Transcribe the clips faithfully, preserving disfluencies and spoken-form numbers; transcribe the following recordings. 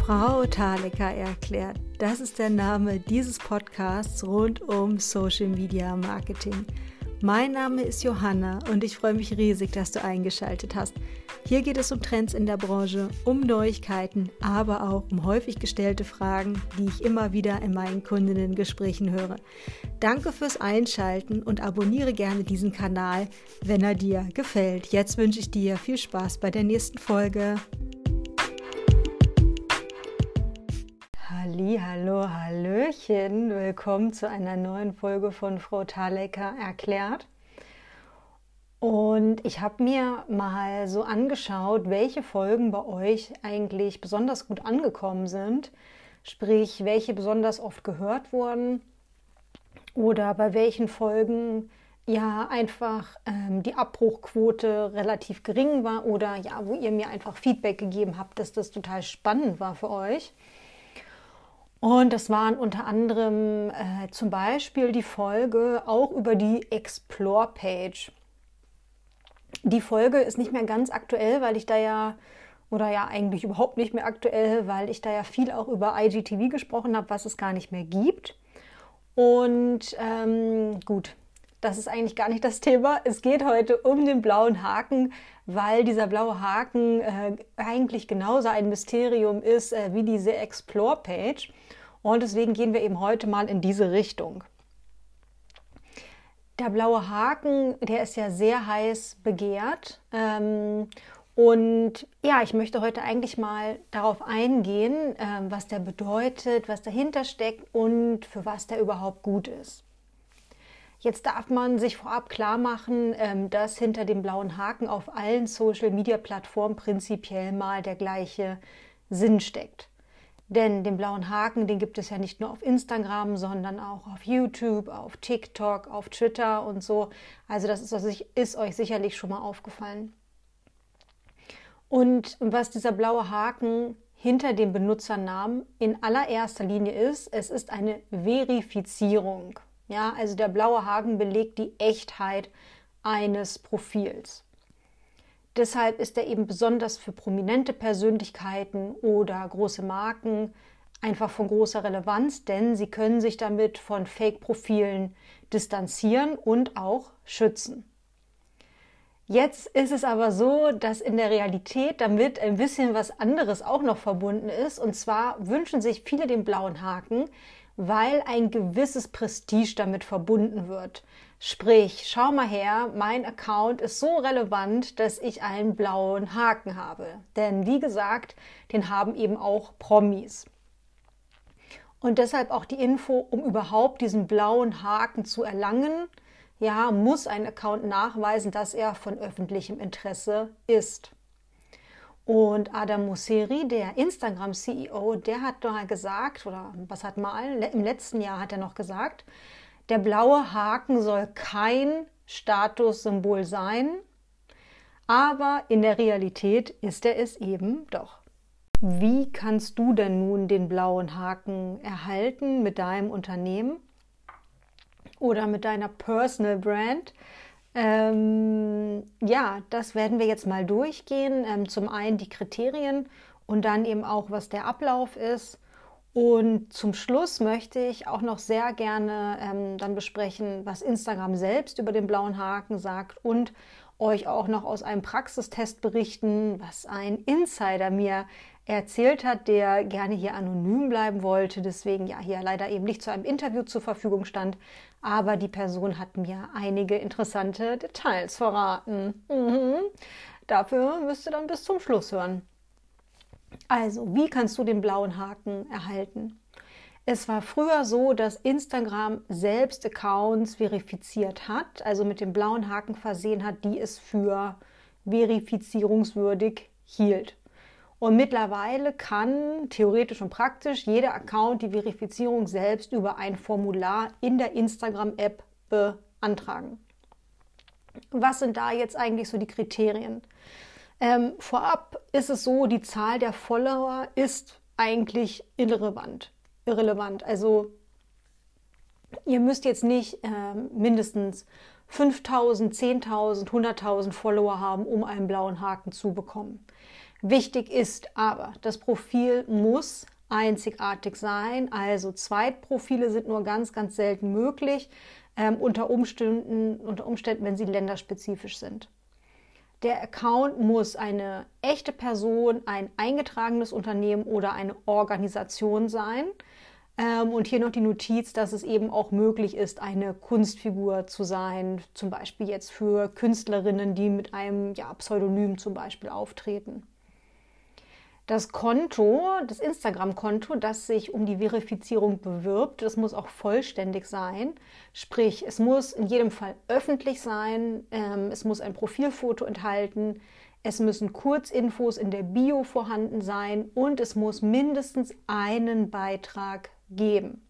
Frau Thalecker erklärt. Das ist der Name dieses Podcasts rund um Social Media Marketing. Mein Name ist Johanna und ich freue mich riesig, dass du eingeschaltet hast. Hier geht es um Trends in der Branche, um Neuigkeiten, aber auch um häufig gestellte Fragen, die ich immer wieder in meinen Kundinnen-Gesprächen höre. Danke fürs Einschalten und abonniere gerne diesen Kanal, wenn er dir gefällt. Jetzt wünsche ich dir viel Spaß bei der nächsten Folge. Hallo, hallöchen, willkommen zu einer neuen Folge von Frau Thalecker erklärt. Und ich habe mir mal so angeschaut, welche Folgen bei euch eigentlich besonders gut angekommen sind, sprich, welche besonders oft gehört wurden oder bei welchen Folgen ja einfach ähm, die Abbruchquote relativ gering war oder ja, wo ihr mir einfach Feedback gegeben habt, dass das total spannend war für euch. Und das waren unter anderem äh, zum Beispiel die Folge auch über die Explore-Page. Die Folge ist nicht mehr ganz aktuell, weil ich da ja, oder ja eigentlich überhaupt nicht mehr aktuell, weil ich da ja viel auch über I G T V gesprochen habe, was es gar nicht mehr gibt. Und ähm, gut, das ist eigentlich gar nicht das Thema. Es geht heute um den blauen Haken, weil dieser blaue Haken äh, eigentlich genauso ein Mysterium ist äh, wie diese Explore-Page. Und deswegen gehen wir eben heute mal in diese Richtung. Der blaue Haken, der ist ja sehr heiß begehrt. Ähm, und ja, ich möchte heute eigentlich mal darauf eingehen, äh, was der bedeutet, was dahinter steckt und für was der überhaupt gut ist. Jetzt darf man sich vorab klar machen, ähm, dass hinter dem blauen Haken auf allen Social-Media-Plattformen prinzipiell mal der gleiche Sinn steckt. Denn den blauen Haken, den gibt es ja nicht nur auf Instagram, sondern auch auf YouTube, auf TikTok, auf Twitter und so. Also das ist, ist euch sicherlich schon mal aufgefallen. Und was dieser blaue Haken hinter dem Benutzernamen in allererster Linie ist, es ist eine Verifizierung. Ja, also der blaue Haken belegt die Echtheit eines Profils. Deshalb ist er eben besonders für prominente Persönlichkeiten oder große Marken einfach von großer Relevanz, denn sie können sich damit von Fake-Profilen distanzieren und auch schützen. Jetzt ist es aber so, dass in der Realität damit ein bisschen was anderes auch noch verbunden ist. Und zwar wünschen sich viele den blauen Haken, weil ein gewisses Prestige damit verbunden wird. Sprich, schau mal her, mein Account ist so relevant, dass ich einen blauen Haken habe. Denn wie gesagt, den haben eben auch Promis. Und deshalb auch die Info, um überhaupt diesen blauen Haken zu erlangen, ja, muss ein Account nachweisen, dass er von öffentlichem Interesse ist. Und Adam Mosseri, der Instagram-C E O, der hat mal gesagt, oder was hat mal, im letzten Jahr hat er noch gesagt, der blaue Haken soll kein Statussymbol sein, aber in der Realität ist er es eben doch. Wie kannst du denn nun den blauen Haken erhalten mit deinem Unternehmen oder mit deiner Personal Brand? Ähm, ja, das werden wir jetzt mal durchgehen. Ähm, zum einen die Kriterien und dann eben auch, was der Ablauf ist. Und zum Schluss möchte ich auch noch sehr gerne ähm, dann besprechen, was Instagram selbst über den blauen Haken sagt und euch auch noch aus einem Praxistest berichten, was ein Insider mir erzählt hat, der gerne hier anonym bleiben wollte, deswegen ja hier leider eben nicht zu einem Interview zur Verfügung stand, aber die Person hat mir einige interessante Details verraten. Mhm. Dafür müsst ihr dann bis zum Schluss hören. Also, wie kannst du den blauen Haken erhalten? Es war früher so, dass Instagram selbst Accounts verifiziert hat, also mit dem blauen Haken versehen hat, die es für verifizierungswürdig hielt. Und mittlerweile kann theoretisch und praktisch jeder Account die Verifizierung selbst über ein Formular in der Instagram-App beantragen. Was sind da jetzt eigentlich so die Kriterien? Ähm, vorab ist es so, die Zahl der Follower ist eigentlich irrelevant. irrelevant. Also ihr müsst jetzt nicht ähm, mindestens fünftausend, zehntausend, hunderttausend Follower haben, um einen blauen Haken zu bekommen. Wichtig ist aber, das Profil muss einzigartig sein, also Zweitprofile sind nur ganz, ganz selten möglich, ähm, unter Umständen, unter Umständen, wenn sie länderspezifisch sind. Der Account muss eine echte Person, ein eingetragenes Unternehmen oder eine Organisation sein. Ähm, und hier noch die Notiz, dass es eben auch möglich ist, eine Kunstfigur zu sein, zum Beispiel jetzt für Künstlerinnen, die mit einem ja, Pseudonym zum Beispiel auftreten. Das Konto, das Instagram-Konto, das sich um die Verifizierung bewirbt, das muss auch vollständig sein. Sprich, es muss in jedem Fall öffentlich sein, ähm, es muss ein Profilfoto enthalten, es müssen Kurzinfos in der Bio vorhanden sein und es muss mindestens einen Beitrag geben.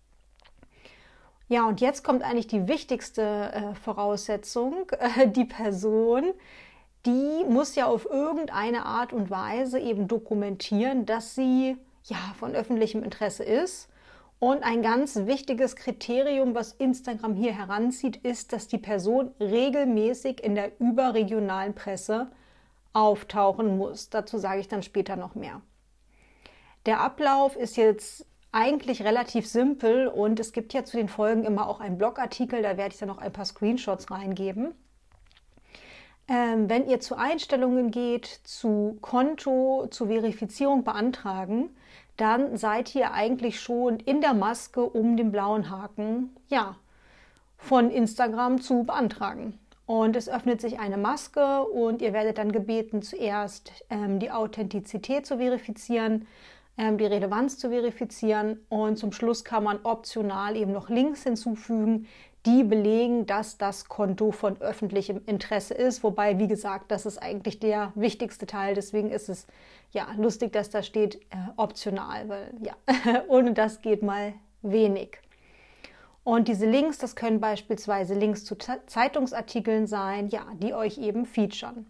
Ja, und jetzt kommt eigentlich die wichtigste äh, Voraussetzung, äh, die Person, die muss ja auf irgendeine Art und Weise eben dokumentieren, dass sie ja von öffentlichem Interesse ist. Und ein ganz wichtiges Kriterium, was Instagram hier heranzieht, ist, dass die Person regelmäßig in der überregionalen Presse auftauchen muss. Dazu sage ich dann später noch mehr. Der Ablauf ist jetzt eigentlich relativ simpel und es gibt ja zu den Folgen immer auch einen Blogartikel, da werde ich dann noch ein paar Screenshots reingeben. Ähm, wenn ihr zu Einstellungen geht, zu Konto, zu Verifizierung beantragen, dann seid ihr eigentlich schon in der Maske um den blauen Haken, ja, von Instagram zu beantragen. Und es öffnet sich eine Maske und ihr werdet dann gebeten, zuerst ähm, die Authentizität zu verifizieren, ähm, die Relevanz zu verifizieren und zum Schluss kann man optional eben noch Links hinzufügen, die belegen, dass das Konto von öffentlichem Interesse ist. Wobei, wie gesagt, das ist eigentlich der wichtigste Teil. Deswegen ist es ja lustig, dass da steht äh, optional, weil ja, ohne das geht mal wenig. Und diese Links, das können beispielsweise Links zu Zeitungsartikeln sein, ja, die euch eben featuren.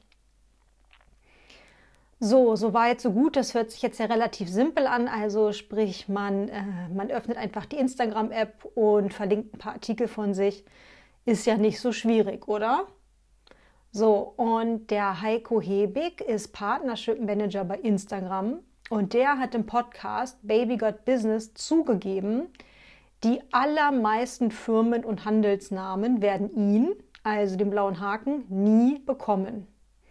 So, soweit, so gut. Das hört sich jetzt ja relativ simpel an. Also sprich, man, äh, man öffnet einfach die Instagram-App und verlinkt ein paar Artikel von sich. Ist ja nicht so schwierig, oder? So, und der Heiko Hebig ist Partnership Manager bei Instagram und der hat im Podcast Baby Got Business zugegeben, die allermeisten Firmen und Handelsnamen werden ihn, also den blauen Haken, nie bekommen.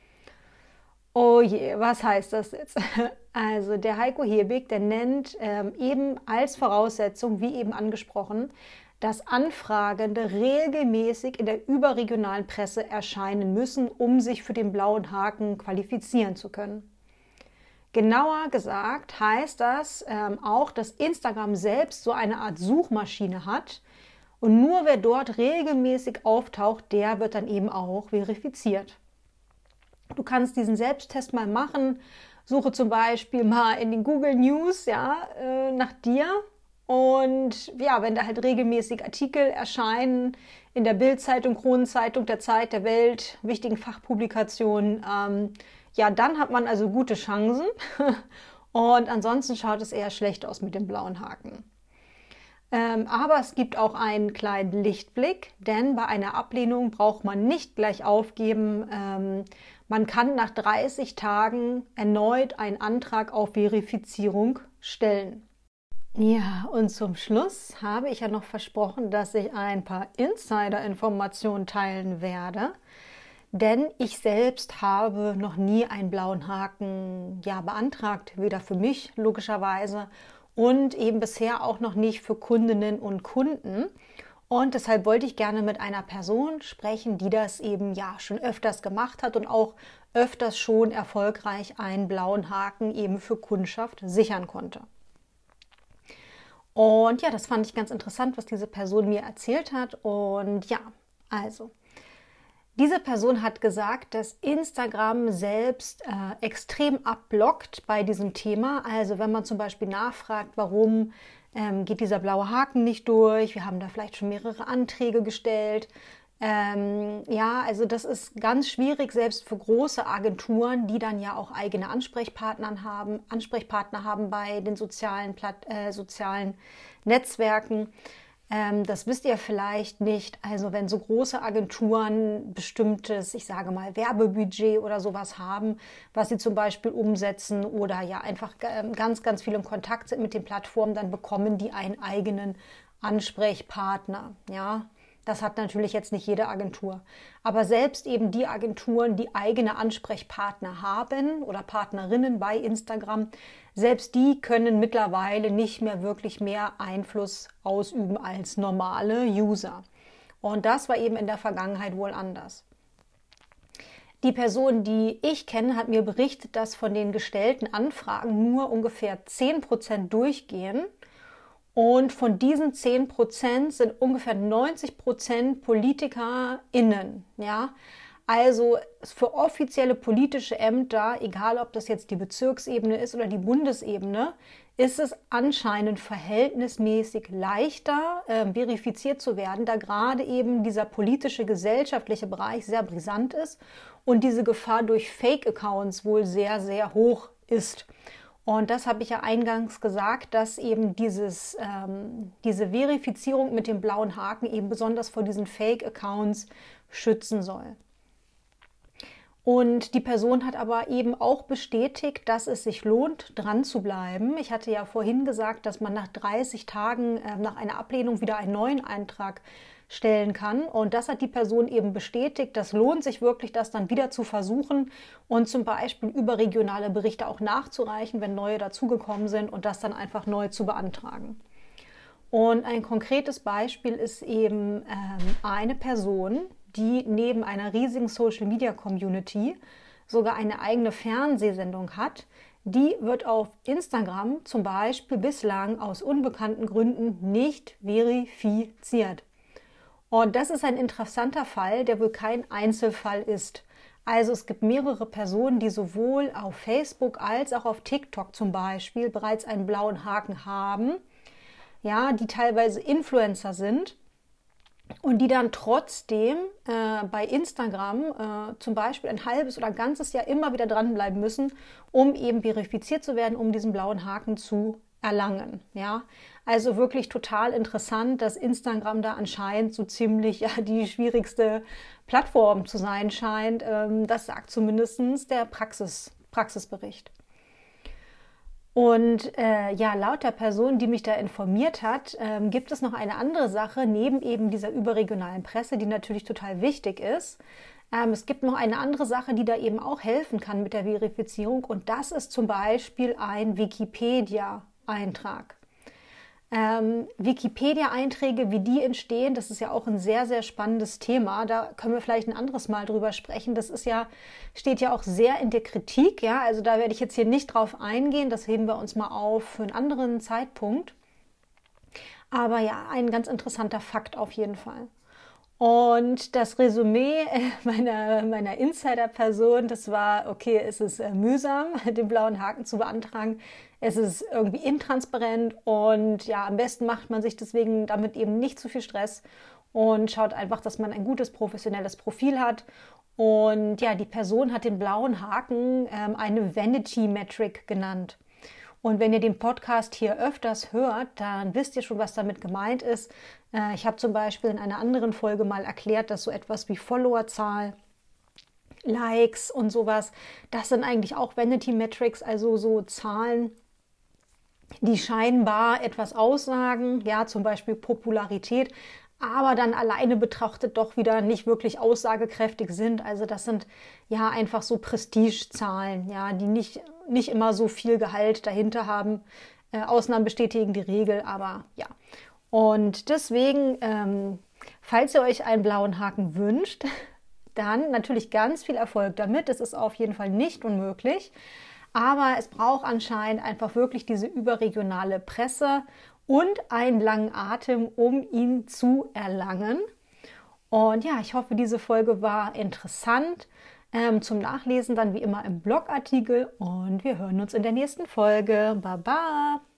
Oh je, was heißt das jetzt? Also der Heiko Hebig, der nennt ähm, eben als Voraussetzung, wie eben angesprochen, dass Anfragende regelmäßig in der überregionalen Presse erscheinen müssen, um sich für den blauen Haken qualifizieren zu können. Genauer gesagt heißt das ähm, auch, dass Instagram selbst so eine Art Suchmaschine hat und nur wer dort regelmäßig auftaucht, der wird dann eben auch verifiziert. Du kannst diesen Selbsttest mal machen, suche zum Beispiel mal in den Google News ja, äh, nach dir und ja, wenn da halt regelmäßig Artikel erscheinen in der Bild-Zeitung, Kronenzeitung, der Zeit, der Welt, wichtigen Fachpublikationen, ähm, ja, dann hat man also gute Chancen und ansonsten schaut es eher schlecht aus mit dem blauen Haken. Ähm, aber es gibt auch einen kleinen Lichtblick, denn bei einer Ablehnung braucht man nicht gleich aufgeben. Ähm, man kann nach dreißig Tagen erneut einen Antrag auf Verifizierung stellen. Ja, und zum Schluss habe ich ja noch versprochen, dass ich ein paar Insider-Informationen teilen werde. Denn ich selbst habe noch nie einen blauen Haken ja, beantragt, weder für mich logischerweise und eben bisher auch noch nicht für Kundinnen und Kunden. Und deshalb wollte ich gerne mit einer Person sprechen, die das eben ja schon öfters gemacht hat und auch öfters schon erfolgreich einen blauen Haken eben für Kundschaft sichern konnte. Und ja, das fand ich ganz interessant, was diese Person mir erzählt hat. Und ja, also, diese Person hat gesagt, dass Instagram selbst äh, extrem abblockt bei diesem Thema. Also wenn man zum Beispiel nachfragt, warum ähm, geht dieser blaue Haken nicht durch, wir haben da vielleicht schon mehrere Anträge gestellt. Ähm, ja, also das ist ganz schwierig, selbst für große Agenturen, die dann ja auch eigene Ansprechpartner haben, Ansprechpartner haben bei den sozialen, Platt, äh, sozialen Netzwerken. Ähm, das wisst ihr vielleicht nicht. Also wenn so große Agenturen bestimmtes, ich sage mal, Werbebudget oder sowas haben, was sie zum Beispiel umsetzen oder ja einfach ganz, ganz viel im Kontakt sind mit den Plattformen, dann bekommen die einen eigenen Ansprechpartner, ja. Das hat natürlich jetzt nicht jede Agentur. Aber selbst eben die Agenturen, die eigene Ansprechpartner haben oder Partnerinnen bei Instagram, selbst die können mittlerweile nicht mehr wirklich mehr Einfluss ausüben als normale User. Und das war eben in der Vergangenheit wohl anders. Die Person, die ich kenne, hat mir berichtet, dass von den gestellten Anfragen nur ungefähr zehn Prozent durchgehen. Und von diesen zehn Prozent sind ungefähr neunzig Prozent PolitikerInnen, ja. Also für offizielle politische Ämter, egal ob das jetzt die Bezirksebene ist oder die Bundesebene, ist es anscheinend verhältnismäßig leichter, äh, verifiziert zu werden, da gerade eben dieser politische, gesellschaftliche Bereich sehr brisant ist und diese Gefahr durch Fake-Accounts wohl sehr, sehr hoch ist. Und das habe ich ja eingangs gesagt, dass eben dieses, ähm, diese Verifizierung mit dem blauen Haken eben besonders vor diesen Fake-Accounts schützen soll. Und die Person hat aber eben auch bestätigt, dass es sich lohnt, dran zu bleiben. Ich hatte ja vorhin gesagt, dass man nach dreißig Tagen äh, nach einer Ablehnung wieder einen neuen Eintrag stellen kann. Und das hat die Person eben bestätigt. Das lohnt sich wirklich, das dann wieder zu versuchen und zum Beispiel überregionale Berichte auch nachzureichen, wenn neue dazugekommen sind und das dann einfach neu zu beantragen. Und ein konkretes Beispiel ist eben ähm, eine Person, die neben einer riesigen Social-Media-Community sogar eine eigene Fernsehsendung hat. Die wird auf Instagram zum Beispiel bislang aus unbekannten Gründen nicht verifiziert. Und das ist ein interessanter Fall, der wohl kein Einzelfall ist. Also es gibt mehrere Personen, die sowohl auf Facebook als auch auf TikTok zum Beispiel bereits einen blauen Haken haben, ja, die teilweise Influencer sind und die dann trotzdem äh, bei Instagram äh, zum Beispiel ein halbes oder ein ganzes Jahr immer wieder dranbleiben müssen, um eben verifiziert zu werden, um diesen blauen Haken zu erlangen. Ja, also wirklich total interessant, dass Instagram da anscheinend so ziemlich ja die schwierigste Plattform zu sein scheint. Ähm, das sagt zumindest der Praxis, Praxisbericht. Und äh, ja, laut der Person, die mich da informiert hat, ähm, gibt es noch eine andere Sache neben eben dieser überregionalen Presse, die natürlich total wichtig ist. Ähm, es gibt noch eine andere Sache, die da eben auch helfen kann mit der Verifizierung, und das ist zum Beispiel ein Wikipedia-Eintrag. Ähm, Wikipedia-Einträge, wie die entstehen, das ist ja auch ein sehr, sehr spannendes Thema. Da können wir vielleicht ein anderes Mal drüber sprechen. Das ist ja, steht ja auch sehr in der Kritik, ja. Also da werde ich jetzt hier nicht drauf eingehen. Das heben wir uns mal auf für einen anderen Zeitpunkt. Aber ja, ein ganz interessanter Fakt auf jeden Fall. Und das Resümee meiner, meiner Insider-Person, das war, okay, es ist mühsam, den blauen Haken zu beantragen. Es ist irgendwie intransparent und ja, am besten macht man sich deswegen damit eben nicht zu viel Stress und schaut einfach, dass man ein gutes professionelles Profil hat. Und ja, die Person hat den blauen Haken ähm, eine Vanity-Metric genannt. Und wenn ihr den Podcast hier öfters hört, dann wisst ihr schon, was damit gemeint ist. Äh, ich habe zum Beispiel in einer anderen Folge mal erklärt, dass so etwas wie Followerzahl, Likes und sowas, das sind eigentlich auch Vanity Metrics, also so Zahlen, die scheinbar etwas aussagen, ja, zum Beispiel Popularität, aber dann alleine betrachtet doch wieder nicht wirklich aussagekräftig sind. Also das sind ja einfach so Prestigezahlen, ja, die nicht, nicht immer so viel Gehalt dahinter haben. Äh, Ausnahmen bestätigen die Regel, aber ja. Und deswegen, ähm, falls ihr euch einen blauen Haken wünscht, dann natürlich ganz viel Erfolg damit. Es ist auf jeden Fall nicht unmöglich. Aber es braucht anscheinend einfach wirklich diese überregionale Presse und einen langen Atem, um ihn zu erlangen. Und ja, ich hoffe, diese Folge war interessant. Ähm, zum Nachlesen dann wie immer im Blogartikel. Und wir hören uns in der nächsten Folge. Baba!